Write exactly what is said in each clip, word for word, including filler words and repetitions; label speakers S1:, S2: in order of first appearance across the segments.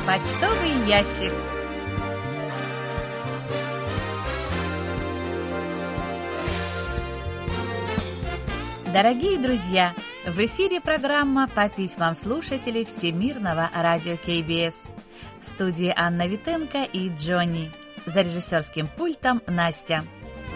S1: Почтовый ящик. Дорогие друзья, в эфире программа по письмам слушателей Всемирного радио кей би эс. В студии Анна Витенко и Джонни. За режиссерским пультом Настя.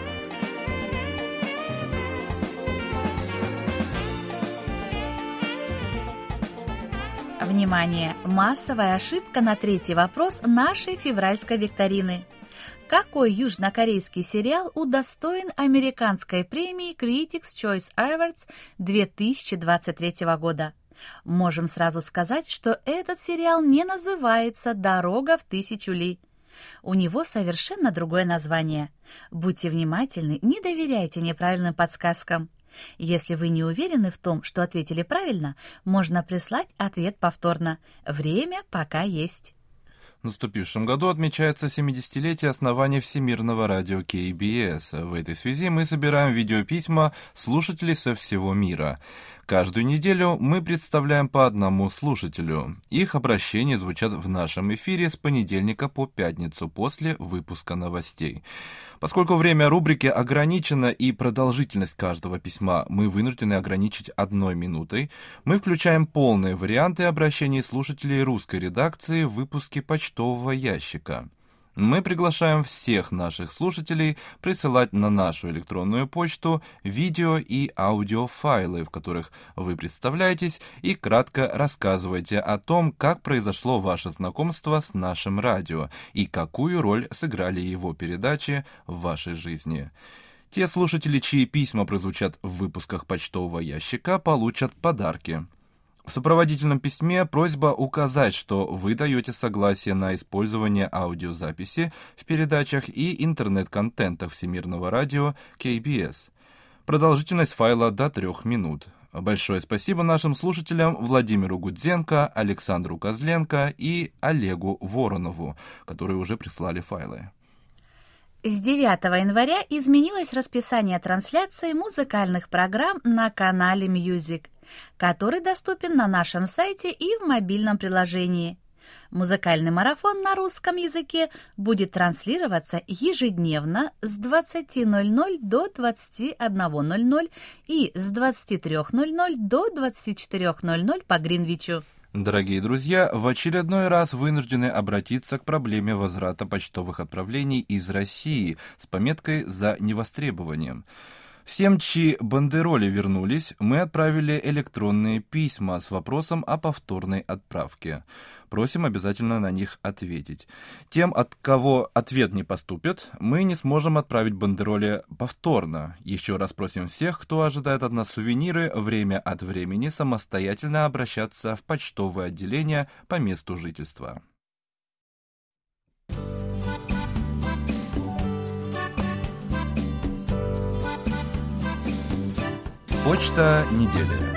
S1: Внимание! Массовая ошибка на третий вопрос нашей февральской викторины. Какой южнокорейский сериал удостоен американской премии Critics' Choice Awards две тысячи двадцать третьего года? Можем сразу сказать, что этот сериал не называется «Дорога в тысячу ли». У него совершенно другое название. Будьте внимательны, не доверяйте неправильным подсказкам. Если вы не уверены в том, что ответили правильно, можно прислать ответ повторно. Время пока есть.
S2: В наступившем году отмечается семидесятилетие основания Всемирного радио кей би эс. В этой связи мы собираем видеописьма слушателей со всего мира. Каждую неделю мы представляем по одному слушателю. Их обращения звучат в нашем эфире с понедельника по пятницу после выпуска новостей. Поскольку время рубрики ограничено и продолжительность каждого письма мы вынуждены ограничить одной минутой, мы включаем полные варианты обращений слушателей русской редакции в выпуске почтового ящика. Мы приглашаем всех наших слушателей присылать на нашу электронную почту видео и аудиофайлы, в которых вы представляетесь и кратко рассказываете о том, как произошло ваше знакомство с нашим радио и какую роль сыграли его передачи в вашей жизни. Те слушатели, чьи письма прозвучат в выпусках почтового ящика, получат подарки. В сопроводительном письме просьба указать, что вы даете согласие на использование аудиозаписи в передачах и интернет-контентах Всемирного радио кей би эс. Продолжительность файла до трех минут. Большое спасибо нашим слушателям Владимиру Гудзенко, Александру Козленко и Олегу Воронову, которые уже прислали файлы.
S1: С девятого января изменилось расписание трансляции музыкальных программ на канале Music, который доступен на нашем сайте и в мобильном приложении. Музыкальный марафон на русском языке будет транслироваться ежедневно с двадцати ноль-ноль до двадцати одного ноль-ноль и с двадцати трёх ноль-ноль до двадцати четырёх ноль-ноль по Гринвичу.
S2: Дорогие друзья, в очередной раз вынуждены обратиться к проблеме возврата почтовых отправлений из России с пометкой «За невостребованием». Всем, чьи бандероли вернулись, мы отправили электронные письма с вопросом о повторной отправке. Просим обязательно на них ответить. Тем, от кого ответ не поступит, мы не сможем отправить бандероли повторно. Еще раз просим всех, кто ожидает от нас сувениры, время от времени самостоятельно обращаться в почтовое отделение по месту жительства. Почта недели.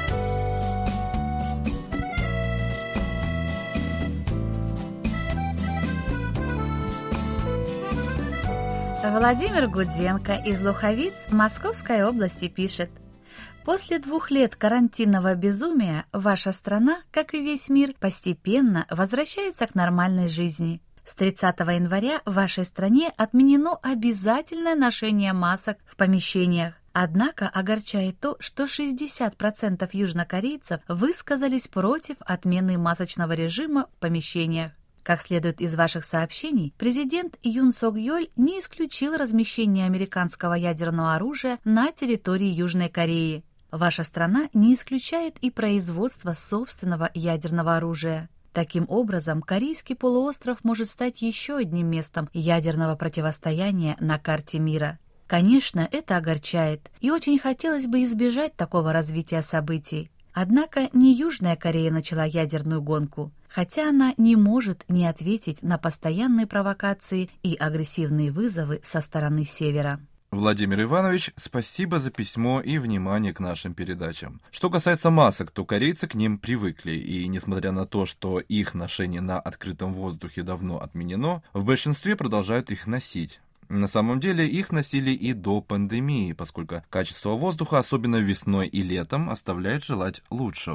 S1: Владимир Гудзенко из Луховиц Московской области пишет: После двух лет карантинного безумия ваша страна, как и весь мир, постепенно возвращается к нормальной жизни. С тридцатого января в вашей стране отменено обязательное ношение масок в помещениях. Однако огорчает то, что шестьдесят процентов южнокорейцев высказались против отмены масочного режима в помещениях. Как следует из ваших сообщений, президент Юн Сок-йоль не исключил размещение американского ядерного оружия на территории Южной Кореи. Ваша страна не исключает и производство собственного ядерного оружия. Таким образом, Корейский полуостров может стать еще одним местом ядерного противостояния на карте мира. Конечно, это огорчает, и очень хотелось бы избежать такого развития событий. Однако не Южная Корея начала ядерную гонку, хотя она не может не ответить на постоянные провокации и агрессивные вызовы со стороны Севера.
S2: Владимир Иванович, спасибо за письмо и внимание к нашим передачам. Что касается масок, то корейцы к ним привыкли, и несмотря на то, что их ношение на открытом воздухе давно отменено, в большинстве продолжают их носить. На самом деле их носили и до пандемии, поскольку качество воздуха, особенно весной и летом, оставляет желать лучшего.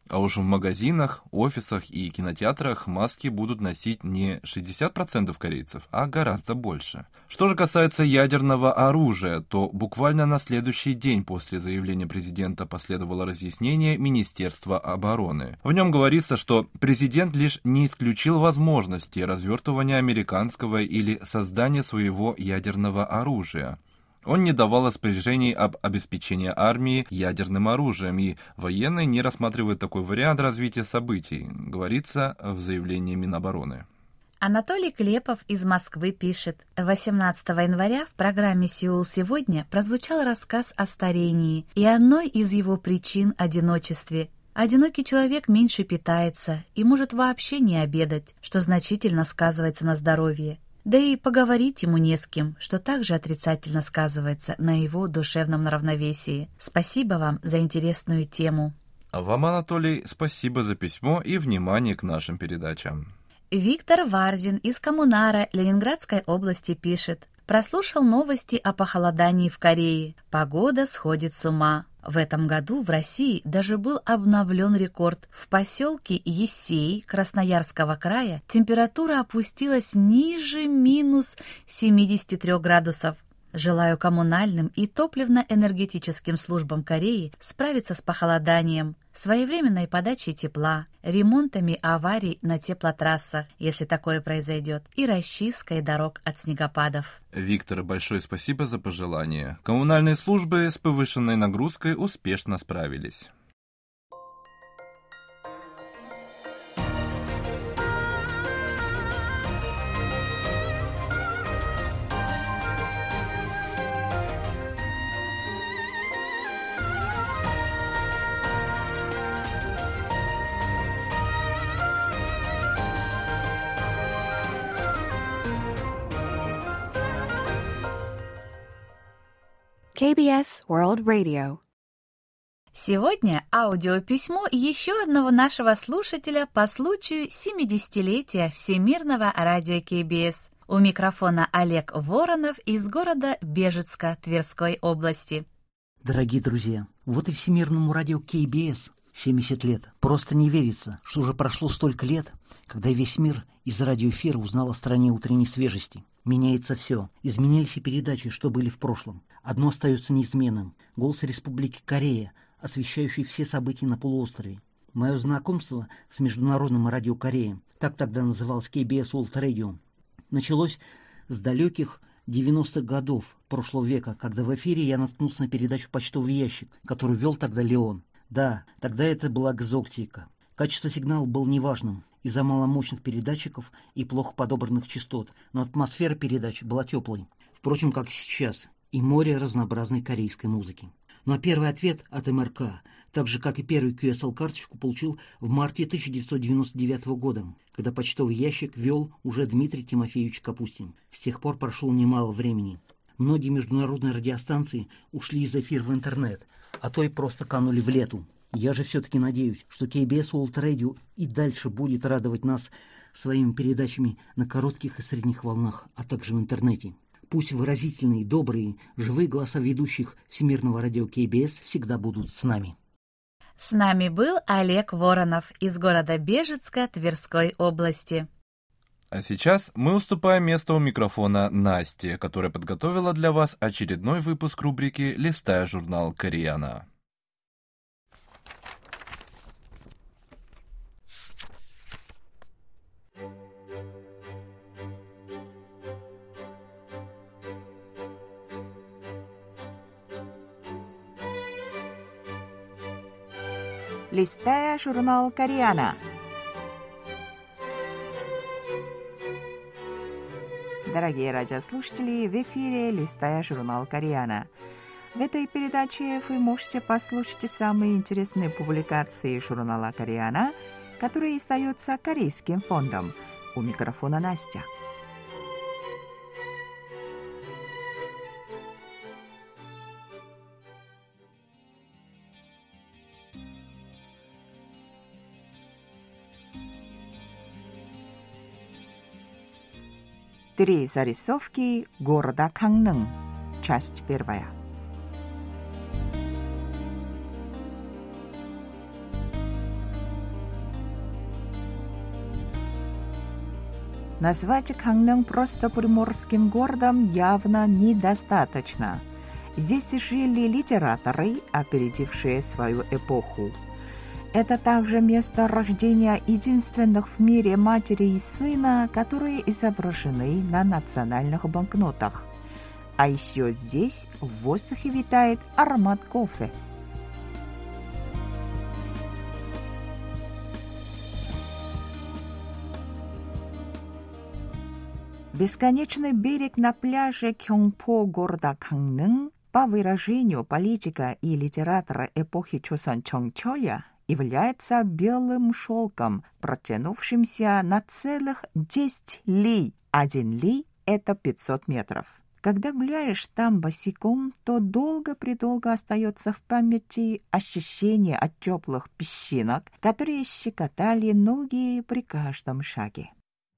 S2: А уж в магазинах, офисах и кинотеатрах маски будут носить не шестьдесят процентов корейцев, а гораздо больше. Что же касается ядерного оружия, то буквально на следующий день после заявления президента последовало разъяснение Министерства обороны. В нем говорится, что президент лишь не исключил возможности развертывания американского или создания своего ядерного оружия. Он не давал распоряжений об обеспечении армии ядерным оружием, и военные не рассматривают такой вариант развития событий, говорится в заявлении Минобороны.
S1: Анатолий Клепов из Москвы пишет: восемнадцатого января в программе «Сеул сегодня» прозвучал рассказ о старении и одной из его причин – одиночестве. Одинокий человек меньше питается и может вообще не обедать, что значительно сказывается на здоровье. Да и поговорить ему не с кем, что также отрицательно сказывается на его душевном равновесии. Спасибо вам за интересную тему.
S2: А вам, Анатолий, спасибо за письмо и внимание к нашим передачам.
S1: Виктор Варзин из Коммунара Ленинградской области пишет: прослушал новости о похолодании в Корее. Погода сходит с ума. В этом году в России даже был обновлен рекорд. В поселке Ессей Красноярского края температура опустилась ниже минус семьдесят три градусов. Желаю коммунальным и топливно-энергетическим службам Кореи справиться с похолоданием, своевременной подачей тепла, ремонтами аварий на теплотрассах, если такое произойдет, и расчисткой дорог от снегопадов.
S2: Виктор, большое спасибо за пожелание. Коммунальные службы с повышенной нагрузкой успешно справились.
S3: кей би эс World Radio.
S1: Сегодня аудиописьмо еще одного нашего слушателя по случаю семидесятилетия Всемирного радио кей би эс. У микрофона Олег Воронов из города Бежецка Тверской области.
S4: Дорогие друзья, вот и Всемирному радио кей би эс семьдесят лет. Просто не верится, что уже прошло столько лет, когда весь мир из радиоэфира узнал о стране утренней свежести. Меняется все. Изменились и передачи, что были в прошлом. Одно остается неизменным — голос Республики Корея, освещающий все события на полуострове. Мое знакомство с Международным радио Кореи, так тогда называлось кей би эс World Radio, началось с далеких девяностых годов прошлого века, когда в эфире я наткнулся на передачу «Почтовый ящик», которую вел тогда Леон. Да, тогда это была экзотика. Качество сигнала было неважным из-за маломощных передатчиков и плохо подобранных частот, но атмосфера передач была теплой. Впрочем, как и сейчас, и море разнообразной корейской музыки. Ну а первый ответ от эм эр ка, так же как и первую кью эс эл-карточку, получил в марте тысяча девятьсот девяносто девятого года, когда почтовый ящик вел уже Дмитрий Тимофеевич Капустин. С тех пор прошло немало времени. Многие международные радиостанции ушли из эфира в интернет, а то и просто канули в лету. Я же все-таки надеюсь, что кей би эс World Radio и дальше будет радовать нас своими передачами на коротких и средних волнах, а также в интернете. Пусть выразительные, добрые, живые голоса ведущих Всемирного радио кей би эс всегда будут с нами.
S1: С нами был Олег Воронов из города Бежецка Тверской области.
S2: А сейчас мы уступаем место у микрофона Насте, которая подготовила для вас очередной выпуск рубрики «Листая журнал Кореяна».
S5: Листая журнал Кореяна. Дорогие радиослушатели, в эфире «Листая журнал Кореяна». В этой передаче вы можете послушать самые интересные публикации журнала Кореяна, которые издаются Корейским фондом. У микрофона Настя. Три зарисовки города Гангнëm. Часть первая. Назвать Гангнам просто приморским городом явно недостаточно. Здесь жили литераторы, опередившие свою эпоху. Это также место рождения единственных в мире матери и сына, которые изображены на национальных банкнотах. А еще здесь в воздухе витает аромат кофе. Бесконечный берег на пляже Кёнгпо города Гангнам, по выражению политика и литератора эпохи Чосон Чончоля, является белым шелком, протянувшимся на целых десять ли. Один ли – это пятьсот метров. Когда гуляешь там босиком, то долго-предолго остается в памяти ощущение от теплых песчинок, которые щекотали ноги при каждом шаге.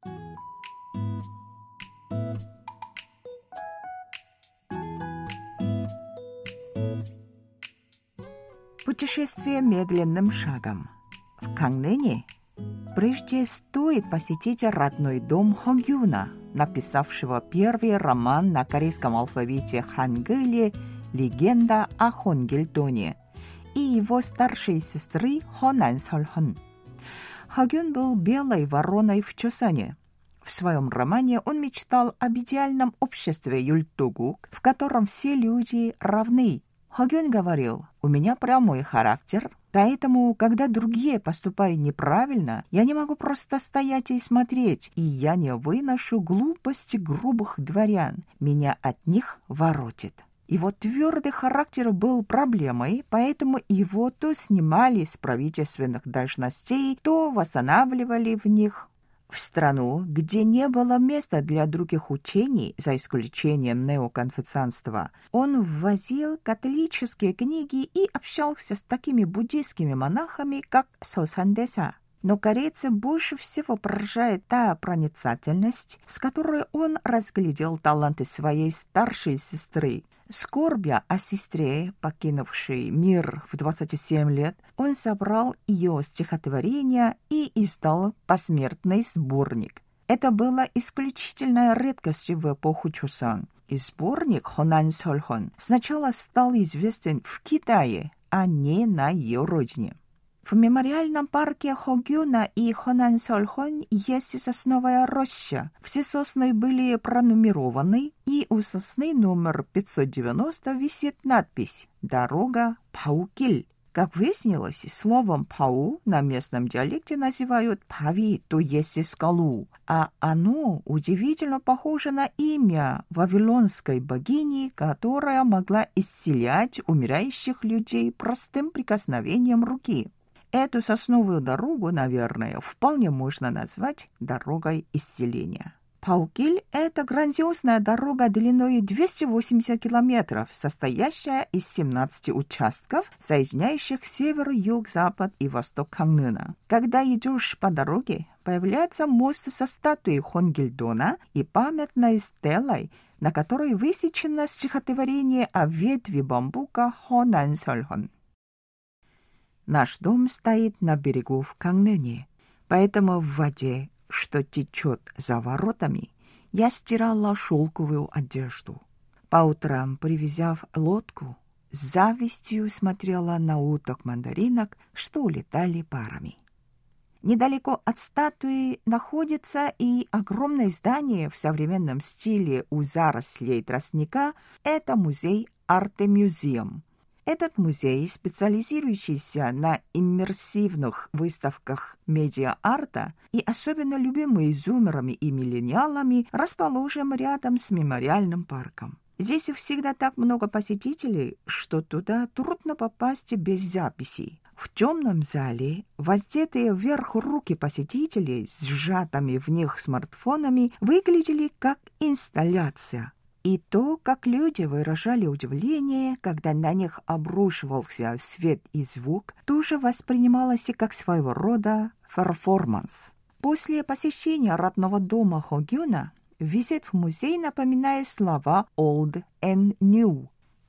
S5: Путешествие медленным шагом. В Гангнэме прежде стоит посетить родной дом Хогюна, написавшего первый роман на корейском алфавите Хангыле «Легенда о Хонгильдоне», и его старшей сестры Хонан Солхон. Хогюн был белой вороной в Чосоне. В своем романе он мечтал об идеальном обществе Юльтогук, в котором все люди равны. Хогюн говорил: «У меня прямой характер, поэтому, когда другие поступают неправильно, я не могу просто стоять и смотреть, и я не выношу глупости грубых дворян. Меня от них воротит». Его твердый характер был проблемой, поэтому его то снимали с правительственных должностей, то восстанавливали в них. В страну, где не было места для других учений, за исключением неоконфуцианства, он ввозил католические книги и общался с такими буддийскими монахами, как Сосандеса. Но корейца больше всего поражает та проницательность, с которой он разглядел таланты своей старшей сестры. Скорбя о сестре, покинувшей мир в двадцать семь лет, он собрал ее стихотворения и издал посмертный сборник. Это было исключительной редкостью в эпоху Чосон. И сборник Хонан Солхон сначала стал известен в Китае, а не на ее родине. В мемориальном парке Хогюна и Хонан Солхон есть сосновая роща. Все сосны были пронумерованы, и у сосны номер пятьсот девяносто висит надпись «Дорога Паукиль». Как выяснилось, словом «пау» на местном диалекте называют «пави», то есть скалу, а оно удивительно похоже на имя вавилонской богини, которая могла исцелять умирающих людей простым прикосновением руки. Эту сосновую дорогу, наверное, вполне можно назвать дорогой исцеления. Паукиль – это грандиозная дорога длиной двести восемьдесят километров, состоящая из семнадцати участков, соединяющих север, юг, запад и восток Гангнэма. Когда идешь по дороге, появляется мост со статуей Хонгильдона и памятной стелой, на которой высечено стихотворение о ветви бамбука Хонан Солхон. Наш дом стоит на берегу в Гангнэме, поэтому в воде, что течет за воротами, я стирала шелковую одежду. По утрам, привязав лодку, с завистью смотрела на уток-мандаринок, что улетали парами. Недалеко от статуи находится и огромное здание в современном стиле у зарослей тростника. Это музей Арте-Мюзеум. Этот музей, специализирующийся на иммерсивных выставках медиа-арта и особенно любимый зумерами и миллениалами, расположен рядом с мемориальным парком. Здесь всегда так много посетителей, что туда трудно попасть без записей. В темном зале воздетые вверх руки посетителей с сжатыми в них смартфонами выглядели как инсталляция. И то, как люди выражали удивление, когда на них обрушивался свет и звук, тоже воспринималось как своего рода перформанс. После посещения родного дома Хогюна визит в музей напоминает слова «old and new».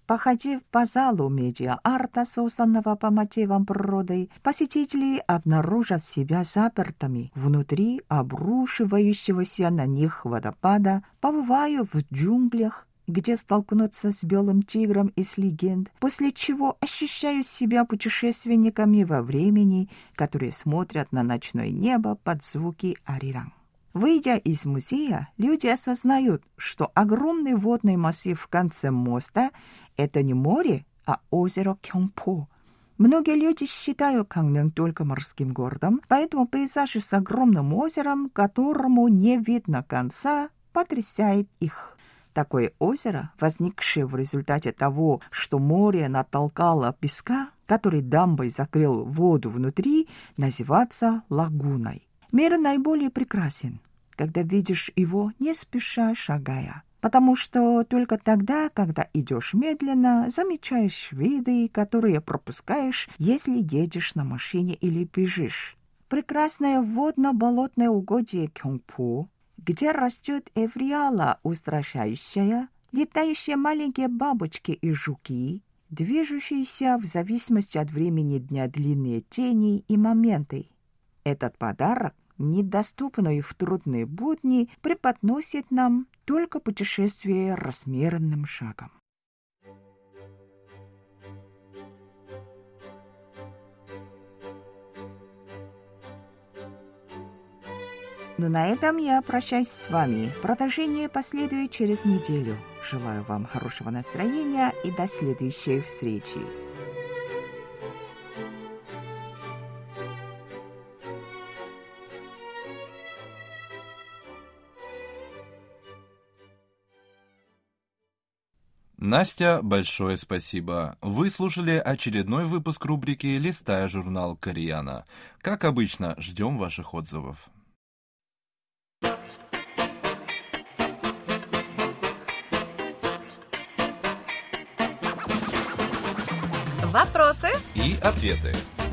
S5: Походив по залу медиа-арта, созданного по мотивам природы, посетители обнаружат себя запертыми внутри обрушивающегося на них водопада, побывая в джунглях, где столкнутся с белым тигром из легенд, после чего ощущают себя путешественниками во времени, которые смотрят на ночное небо под звуки ариран. Выйдя из музея, люди осознают, что огромный водный массив в конце моста – это не море, а озеро Кёнгпо. Многие люди считают Гангнём только морским городом, поэтому пейзаж с огромным озером, которому не видно конца, потрясает их. Такое озеро, возникшее в результате того, что море натолкало песка, который дамбой закрыл воду внутри, называется лагуной. Мир наиболее прекрасен, когда видишь его не спеша шагая, потому что только тогда, когда идешь медленно, замечаешь виды, которые пропускаешь, если едешь на машине или бежишь. Прекрасное водно-болотное угодье Кёнгпо, где растет эвриала устрашающая, летающие маленькие бабочки и жуки, движущиеся в зависимости от времени дня длинные тени и моменты. Этот подарок, недоступный в трудные будни, преподносит нам только путешествие размеренным шагом. Ну, на этом я прощаюсь с вами. Продолжение последует через неделю. Желаю вам хорошего настроения и до следующей встречи.
S2: Настя, большое спасибо. Вы слушали очередной выпуск рубрики «Листая журнал Кореяна». Как обычно, ждем ваших отзывов.
S1: Вопросы
S2: и ответы.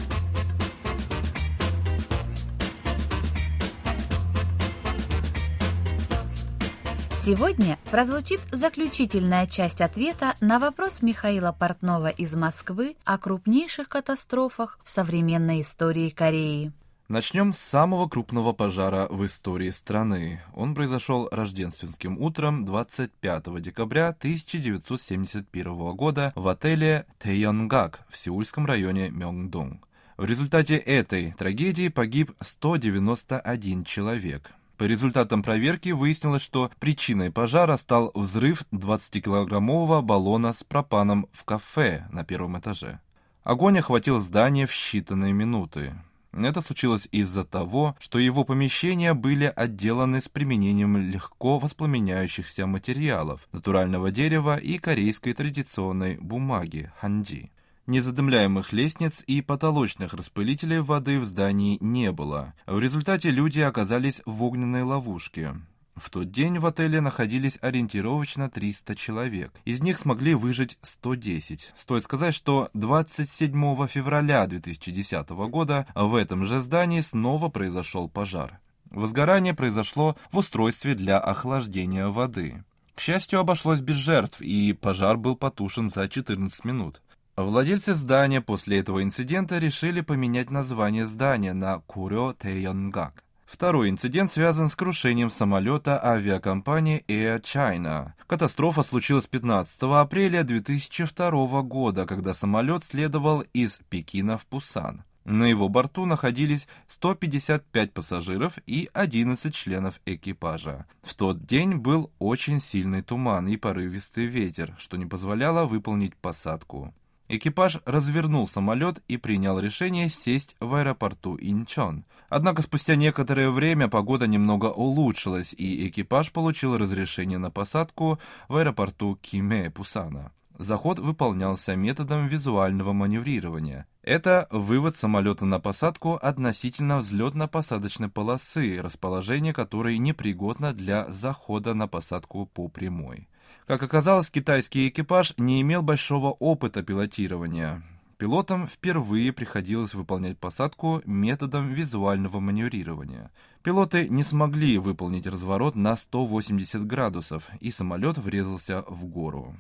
S1: Сегодня прозвучит заключительная часть ответа на вопрос Михаила Портнова из Москвы о крупнейших катастрофах в современной истории Кореи.
S2: Начнем с самого крупного пожара в истории страны. Он произошел рождественским утром двадцать пятого декабря тысяча девятьсот семьдесят первого года в отеле Taeyongak в сеульском районе Мёнгдонг. В результате этой трагедии погиб сто девяносто один человек. По результатам проверки выяснилось, что причиной пожара стал взрыв двадцатикилограммового баллона с пропаном в кафе на первом этаже. Огонь охватил здание в считанные минуты. Это случилось из-за того, что его помещения были отделаны с применением легко воспламеняющихся материалов, натурального дерева и корейской традиционной бумаги ханджи. Незадымляемых лестниц и потолочных распылителей воды в здании не было. В результате люди оказались в огненной ловушке. В тот день в отеле находились ориентировочно триста человек. Из них смогли выжить сто десять. Стоит сказать, что двадцать седьмого февраля две тысячи десятого года в этом же здании снова произошел пожар. Возгорание произошло в устройстве для охлаждения воды. К счастью, обошлось без жертв, и пожар был потушен за четырнадцать минут. Владельцы здания после этого инцидента решили поменять название здания на Курё Taeyongak. Второй инцидент связан с крушением самолета авиакомпании Air China. Катастрофа случилась пятнадцатого апреля две тысячи второго года, когда самолет следовал из Пекина в Пусан. На его борту находились сто пятьдесят пять пассажиров и одиннадцать членов экипажа. В тот день был очень сильный туман и порывистый ветер, что не позволяло выполнить посадку. Экипаж развернул самолет и принял решение сесть в аэропорту Инчон. Однако спустя некоторое время погода немного улучшилась, и экипаж получил разрешение на посадку в аэропорту Киме Пусана. Заход выполнялся методом визуального маневрирования. Это вывод самолета на посадку относительно взлетно-посадочной полосы, расположение которой непригодно для захода на посадку по прямой. Как оказалось, китайский экипаж не имел большого опыта пилотирования. Пилотам впервые приходилось выполнять посадку методом визуального маневрирования. Пилоты не смогли выполнить разворот на сто восемьдесят градусов, и самолет врезался в гору.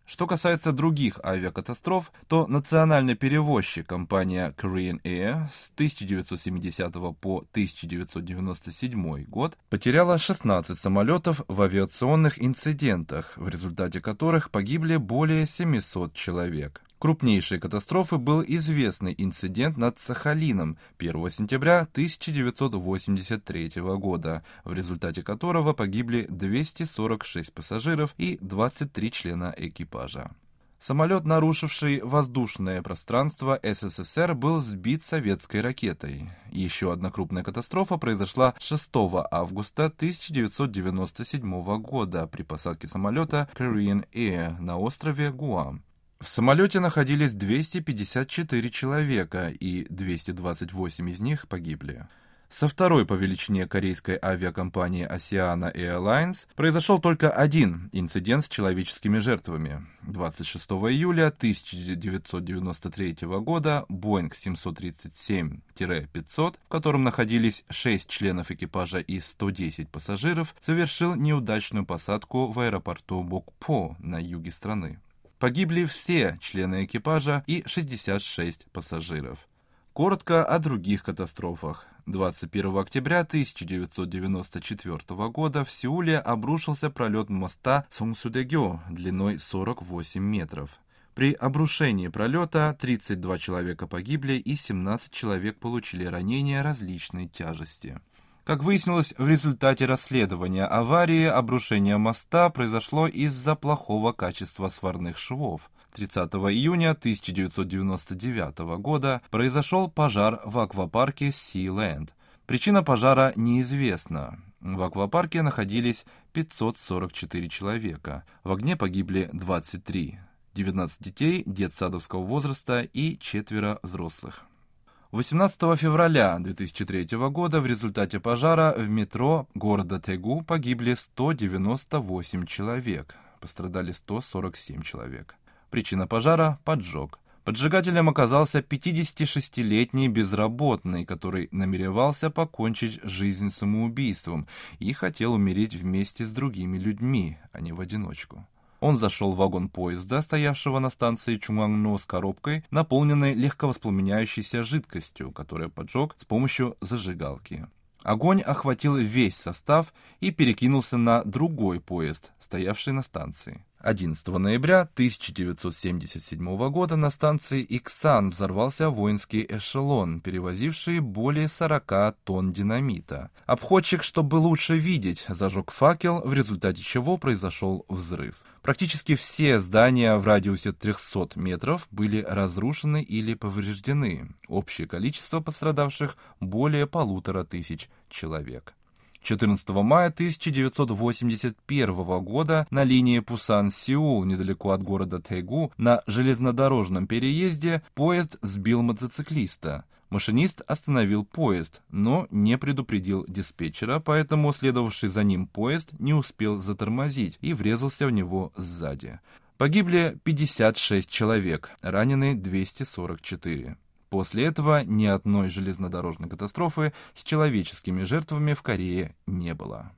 S2: Что касается других авиакатастроф, то национальный перевозчик компания Korean Air с тысяча девятьсот семидесятого по тысяча девятьсот девяносто седьмой год потеряла шестнадцать самолетов в авиационных инцидентах, в результате которых погибли более семисот человек. Крупнейшей катастрофой был известный инцидент над Сахалином первого сентября тысяча девятьсот восемьдесят третьего года, в результате которого погибли двести сорок шесть пассажиров и двадцать три члена экипажа. Самолет, нарушивший воздушное пространство СССР, был сбит советской ракетой. Еще одна крупная катастрофа произошла шестого августа тысяча девятьсот девяносто седьмого года при посадке самолета Korean Air на острове Гуам. В самолете находились двести пятьдесят четыре человека, и двести двадцать восемь из них погибли. Со второй по величине корейской авиакомпании Asiana Airlines произошел только один инцидент с человеческими жертвами. двадцать шестого июля тысяча девятьсот девяносто третьего года Boeing семьсот тридцать семь пятьсот, в котором находились шесть членов экипажа и сто десять пассажиров, совершил неудачную посадку в аэропорту Бокпо на юге страны. Погибли все члены экипажа и шестьдесят шесть пассажиров. Коротко о других катастрофах. двадцать первого октября тысяча девятьсот девяносто четвёртого года в Сеуле обрушился пролет моста Сонгсудэгё длиной сорок восемь метров. При обрушении пролета тридцать два человека погибли и семнадцать человек получили ранения различной тяжести. Как выяснилось, в результате расследования аварии обрушение моста произошло из-за плохого качества сварных швов. тридцатого июня тысяча девятьсот девяносто девятого года произошел пожар в аквапарке Sea-Land. Причина пожара неизвестна. В аквапарке находились пятьсот сорок четыре человека. В огне погибли двадцать три. девятнадцать детей детсадовского возраста и четверо взрослых. восемнадцатого февраля две тысячи третьего года в результате пожара в метро города Тэгу погибли сто девяносто восемь человек. Пострадали сто сорок семь человек. Причина пожара – поджог. Поджигателем оказался пятидесятишестилетний безработный, который намеревался покончить жизнь самоубийством и хотел умереть вместе с другими людьми, а не в одиночку. Он зашел в вагон поезда, стоявшего на станции Чунгангно, с коробкой, наполненной легковоспламеняющейся жидкостью, которую поджег с помощью зажигалки. Огонь охватил весь состав и перекинулся на другой поезд, стоявший на станции. одиннадцатого ноября тысяча девятьсот семьдесят седьмого года на станции Иксан взорвался воинский эшелон, перевозивший более сорока тонн динамита. Обходчик, чтобы лучше видеть, зажег факел, в результате чего произошел взрыв. Практически все здания в радиусе трехсот метров были разрушены или повреждены. Общее количество пострадавших более полутора тысяч человек. четырнадцатого мая тысяча девятьсот восемьдесят первого года на линии Пусан-Сеул, недалеко от города Тэгу, на железнодорожном переезде поезд сбил мотоциклиста. Машинист остановил поезд, но не предупредил диспетчера, поэтому следовавший за ним поезд не успел затормозить и врезался в него сзади. Погибли пятьдесят шесть человек, ранены двести сорок четыре. После этого ни одной железнодорожной катастрофы с человеческими жертвами в Корее не было.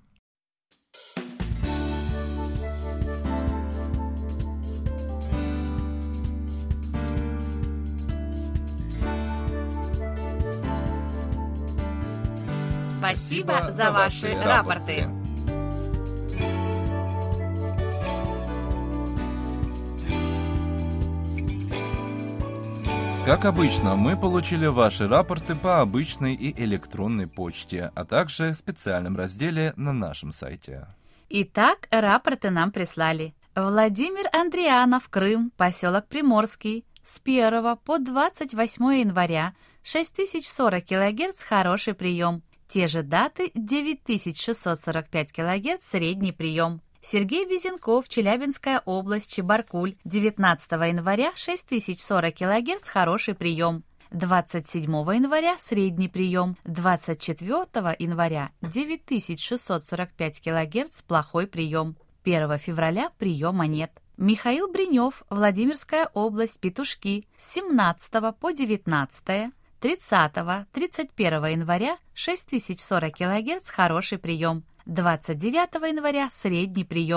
S1: Спасибо за ваши рапорты.
S2: Как обычно, мы получили ваши рапорты по обычной и электронной почте, а также в специальном разделе на нашем сайте.
S1: Итак, рапорты нам прислали. Владимир Андрианов, Крым, поселок Приморский. С первого по двадцать восьмое января шесть тысяч сорок килогерц хороший прием. Те же даты девять тысяч шестьсот сорок пять килогерц средний прием. Сергей Безенков, Челябинская область, Чебаркуль, девятнадцатого января шесть тысяч сорок килогерц хороший прием. двадцать седьмого января средний прием. двадцать четвёртого января девять тысяч шестьсот сорок пять килогерц плохой прием. первого февраля приема нет. Михаил Бринев, Владимирская область, Петушки, с семнадцатого по девятнадцатое. тридцатого — тридцать первого января шесть тысяч сорок килогерц хороший прием. двадцать девятого января средний прием.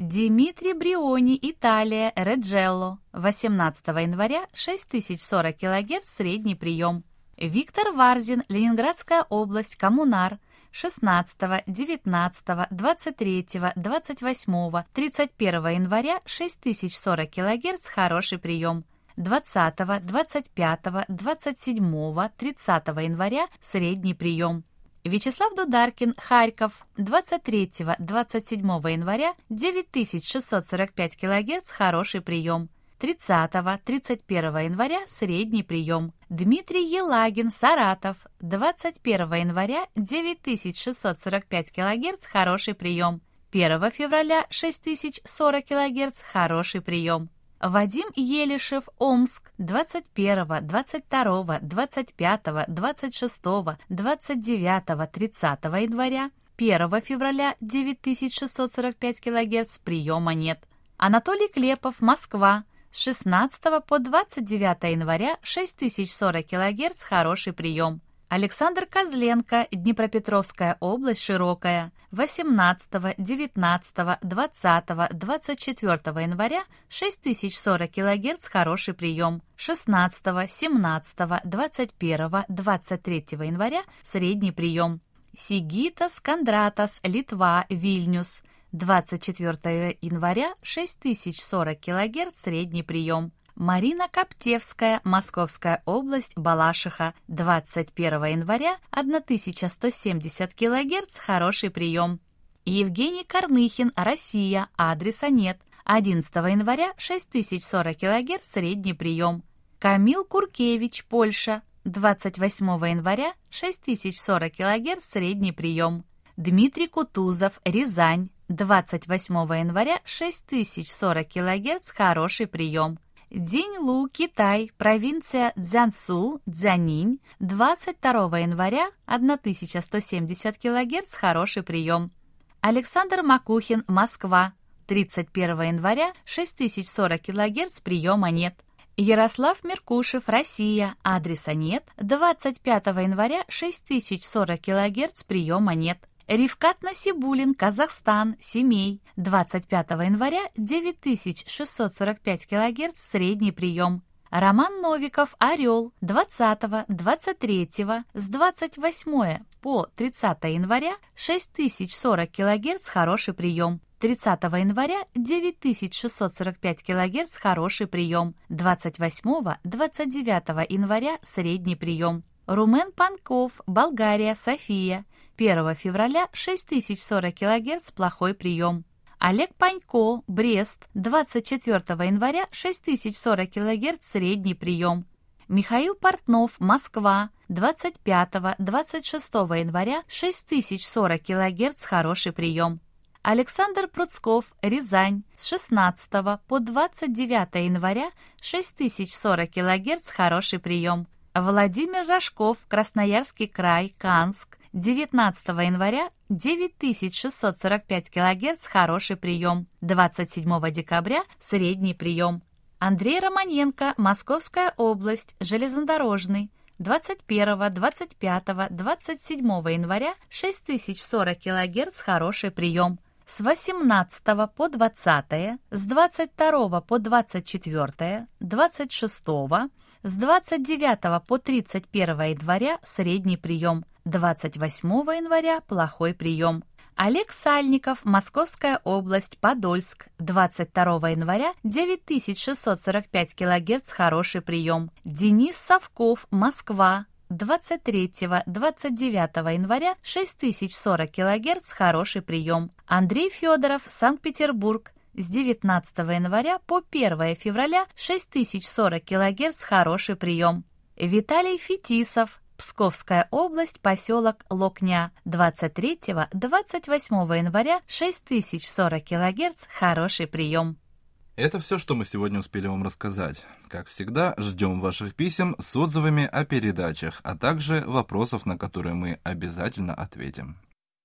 S1: Димитри Бриони, Италия, Реджелло, восемнадцатого января, шесть тысяч сорок килогерц, средний прием. Виктор Варзин, Ленинградская область, Коммунар, шестнадцатого, девятнадцатого, двадцать третьего, двадцать восьмого, тридцать первого января, шесть тысяч сорок килогерц, хороший прием. двадцатого, двадцать пятого, двадцать седьмого, тридцатого января, средний прием. Вячеслав Дударкин, Харьков, двадцать третьего, двадцать седьмого января, девять тысяч шестьсот сорок пять килогерц, хороший прием. тридцатого, тридцать первого января, средний прием. Дмитрий Елагин, Саратов, двадцать первого января, девять тысяч шестьсот сорок пять килогерц, хороший прием. первого февраля, шесть тысяч сорок килогерц, хороший прием. Вадим Елишев, Омск, двадцать первого, двадцать второго, двадцать пятого, двадцать шестого, двадцать девятого, тридцатого января, первого февраля, девять тысяч шестьсот сорок пять килогерц, приема нет. Анатолий Клепов, Москва, с шестнадцатого по двадцать девятое января, шесть тысяч сорок килогерц, хороший прием. Александр Козленко, Днепропетровская область, Широкая, восемнадцатого, девятнадцатого, двадцатого, двадцать четвёртого января, шесть тысяч сорок килогерц, хороший прием. шестнадцатого, семнадцатого, двадцать первого, двадцать третьего января, средний прием. Сигитас Кондратас, Литва, Вильнюс, двадцать четвёртого января, шесть тысяч сорок килогерц, средний прием. Марина Коптевская, Московская область, Балашиха, двадцать первого января, тысяча сто семьдесят килогерц, хороший прием. Евгений Корныхин, Россия, адреса нет, одиннадцатого января, шесть тысяч сорок килогерц, средний прием. Камил Куркевич, Польша, двадцать восьмого января, шесть тысяч сорок килогерц, средний прием. Дмитрий Кутузов, Рязань, двадцать восьмого января, шесть тысяч сорок килогерц, хороший прием. Диньлу, Китай, провинция Цзянсу, Цзянинь, двадцать второго января, тысяча сто семьдесят килогерц, хороший прием. Александр Макухин, Москва, тридцать первого января, шесть тысяч сорок килогерц, приема нет. Ярослав Меркушев, Россия, адреса нет, двадцать пятого января, шесть тысяч сорок килогерц, приема нет. Ривкат Насибулин, Казахстан, Семей, двадцать пятого января, девять тысяч шестьсот сорок пять килогерц, средний прием. Роман Новиков, Орел, двадцатого, двадцать третьего, с двадцать восьмого по тридцатое января, шесть тысяч сорок килогерц, хороший прием. тридцатого января, девять тысяч шестьсот сорок пять килогерц, хороший прием. двадцать восьмого, двадцать девятого января, средний прием. Румен Панков, Болгария, София, первого февраля, шесть тысяч сорок килогерц, плохой прием. Олег Панько, Брест, двадцать четвёртого января, шесть тысяч сорок килогерц, средний прием. Михаил Портнов, Москва, двадцать пятого, двадцать шестого января, шесть тысяч сорок килогерц, хороший прием. Александр Пруцков, Рязань, с шестнадцатого по двадцать девятое января, шесть тысяч сорок килогерц, хороший прием. Владимир Рожков, Красноярский край, Канск, девятнадцатого января, девять тысяч шестьсот сорок пять килогерц, хороший прием. двадцать седьмого декабря, средний прием. Андрей Романенко, Московская область, железнодорожный, двадцать первого, двадцать пятого, двадцать седьмого января, шесть тысяч сорок килогерц, хороший прием. С восемнадцатого по двадцатое, с двадцать второго по двадцать четвёртое, двадцать шестого, с двадцать девятого по тридцать первого января, средний прием. двадцать восьмого января, плохой прием. Олег Сальников, Московская область, Подольск, двадцать второго января, девять тысяч шестьсот сорок пять килогерц, хороший прием. Денис Совков, Москва, двадцать третьего, двадцать девятого января, шесть тысяч сорок килогерц, хороший прием. Андрей Федоров, Санкт-Петербург, с девятнадцатого января по первого февраля, шесть тысяч сорок килогерц, хороший прием. Виталий Фетисов, Псковская область, поселок Локня, двадцать третьего, двадцать восьмого января, шесть тысяч сорок килогерц, хороший прием.
S2: Это все, что мы сегодня успели вам рассказать. Как всегда, ждем ваших писем с отзывами о передачах, а также вопросов, на которые мы обязательно ответим.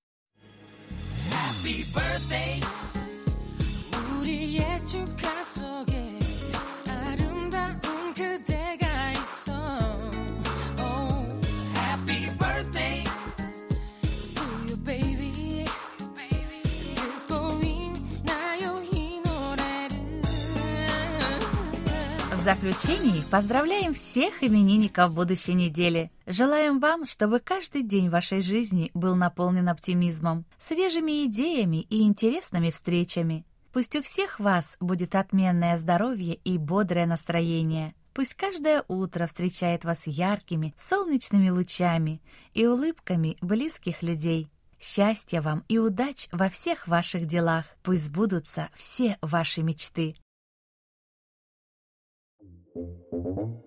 S6: Happy birthday. 우리의 축하 속에 아름다운 그대가 있어. Oh, happy birthday to you, baby. 듣고 있나요?
S1: заключении поздравляем всех именинников будущей недели. Желаем вам, чтобы каждый день вашей жизни был наполнен оптимизмом, свежими идеями и интересными встречами. Пусть у всех вас будет отменное здоровье и бодрое настроение. Пусть каждое утро встречает вас яркими, солнечными лучами и улыбками близких людей. Счастья вам и удач во всех ваших делах. Пусть сбудутся все ваши мечты.
S7: Thank you.